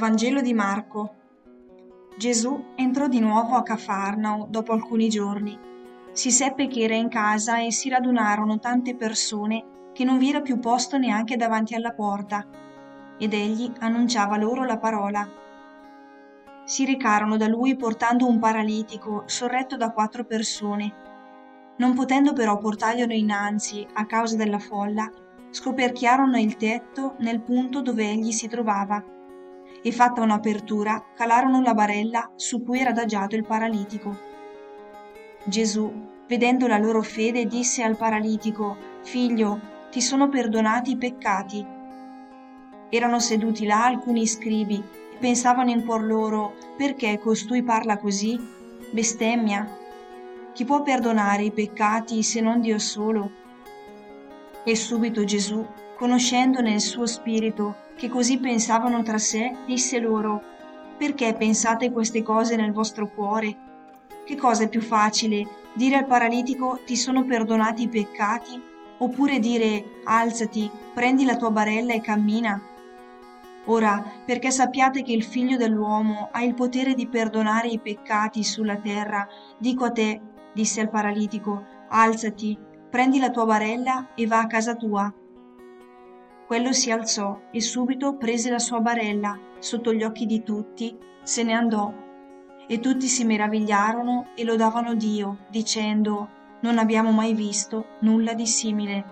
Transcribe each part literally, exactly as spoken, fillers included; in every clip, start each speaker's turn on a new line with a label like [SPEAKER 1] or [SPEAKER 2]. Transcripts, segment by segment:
[SPEAKER 1] Vangelo di Marco. Gesù entrò di nuovo a Cafarnao dopo alcuni giorni. Si seppe che era in casa e si radunarono tante persone che non vi era più posto neanche davanti alla porta, ed egli annunciava loro la parola. Si recarono da lui portando un paralitico sorretto da quattro persone. Non potendo però portarglielo innanzi a causa della folla, scoperchiarono il tetto nel punto dove egli si trovava, e fatta un'apertura calarono la barella su cui era adagiato il paralitico. Gesù, vedendo la loro fede, disse al paralitico: «Figlio, ti sono perdonati i peccati». Erano seduti là alcuni scribi e pensavano in cuor loro: «Perché costui parla così? Bestemmia? Chi può perdonare i peccati se non Dio solo?» E subito Gesù, conoscendo nel suo spirito che così pensavano tra sé, disse loro: «Perché pensate queste cose nel vostro cuore? Che cosa è più facile, dire al paralitico: ti sono perdonati i peccati, oppure dire: alzati, prendi la tua barella e cammina? Ora, perché sappiate che il Figlio dell'uomo ha il potere di perdonare i peccati sulla terra, dico a te», disse al paralitico: «alzati, prendi la tua barella e va a casa tua». Quello si alzò e subito prese la sua barella, sotto gli occhi di tutti, se ne andò. E tutti si meravigliarono e lodavano Dio, dicendo: «Non abbiamo mai visto nulla di simile».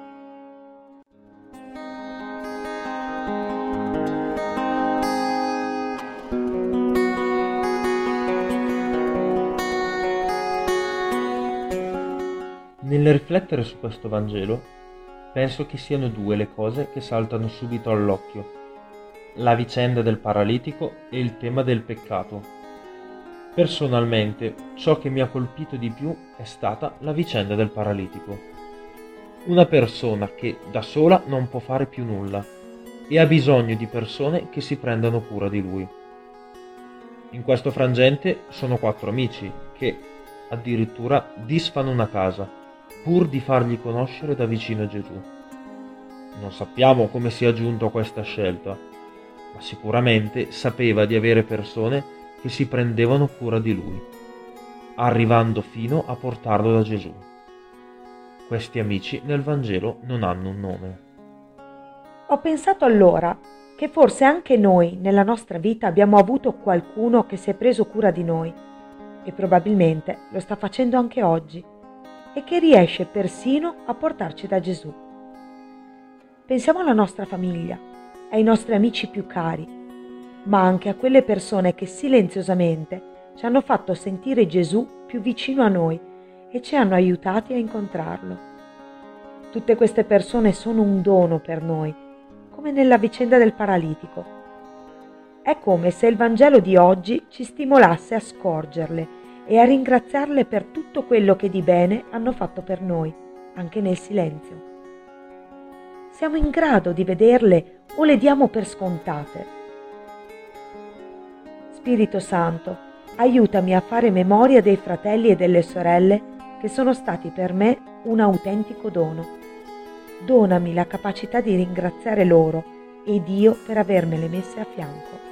[SPEAKER 2] Nel riflettere su questo Vangelo, penso che siano due le cose che saltano subito all'occhio: la vicenda del paralitico e il tema del peccato. Personalmente, ciò che mi ha colpito di più è stata la vicenda del paralitico. Una persona che da sola non può fare più nulla e ha bisogno di persone che si prendano cura di lui. In questo frangente sono quattro amici che addirittura disfano una casa pur di fargli conoscere da vicino Gesù. Non sappiamo come sia giunto a questa scelta, ma sicuramente sapeva di avere persone che si prendevano cura di lui, arrivando fino a portarlo da Gesù. Questi amici nel Vangelo non hanno un nome.
[SPEAKER 3] Ho pensato allora che forse anche noi nella nostra vita abbiamo avuto qualcuno che si è preso cura di noi, e probabilmente lo sta facendo anche oggi, e che riesce persino a portarci da Gesù. Pensiamo alla nostra famiglia, ai nostri amici più cari, ma anche a quelle persone che silenziosamente ci hanno fatto sentire Gesù più vicino a noi e ci hanno aiutati a incontrarlo. Tutte queste persone sono un dono per noi, come nella vicenda del paralitico. È come se il Vangelo di oggi ci stimolasse a scorgerle e a ringraziarle per tutto quello che di bene hanno fatto per noi, anche nel silenzio. Siamo in grado di vederle o le diamo per scontate? Spirito Santo, aiutami a fare memoria dei fratelli e delle sorelle che sono stati per me un autentico dono. Donami la capacità di ringraziare loro e Dio per avermele messe a fianco.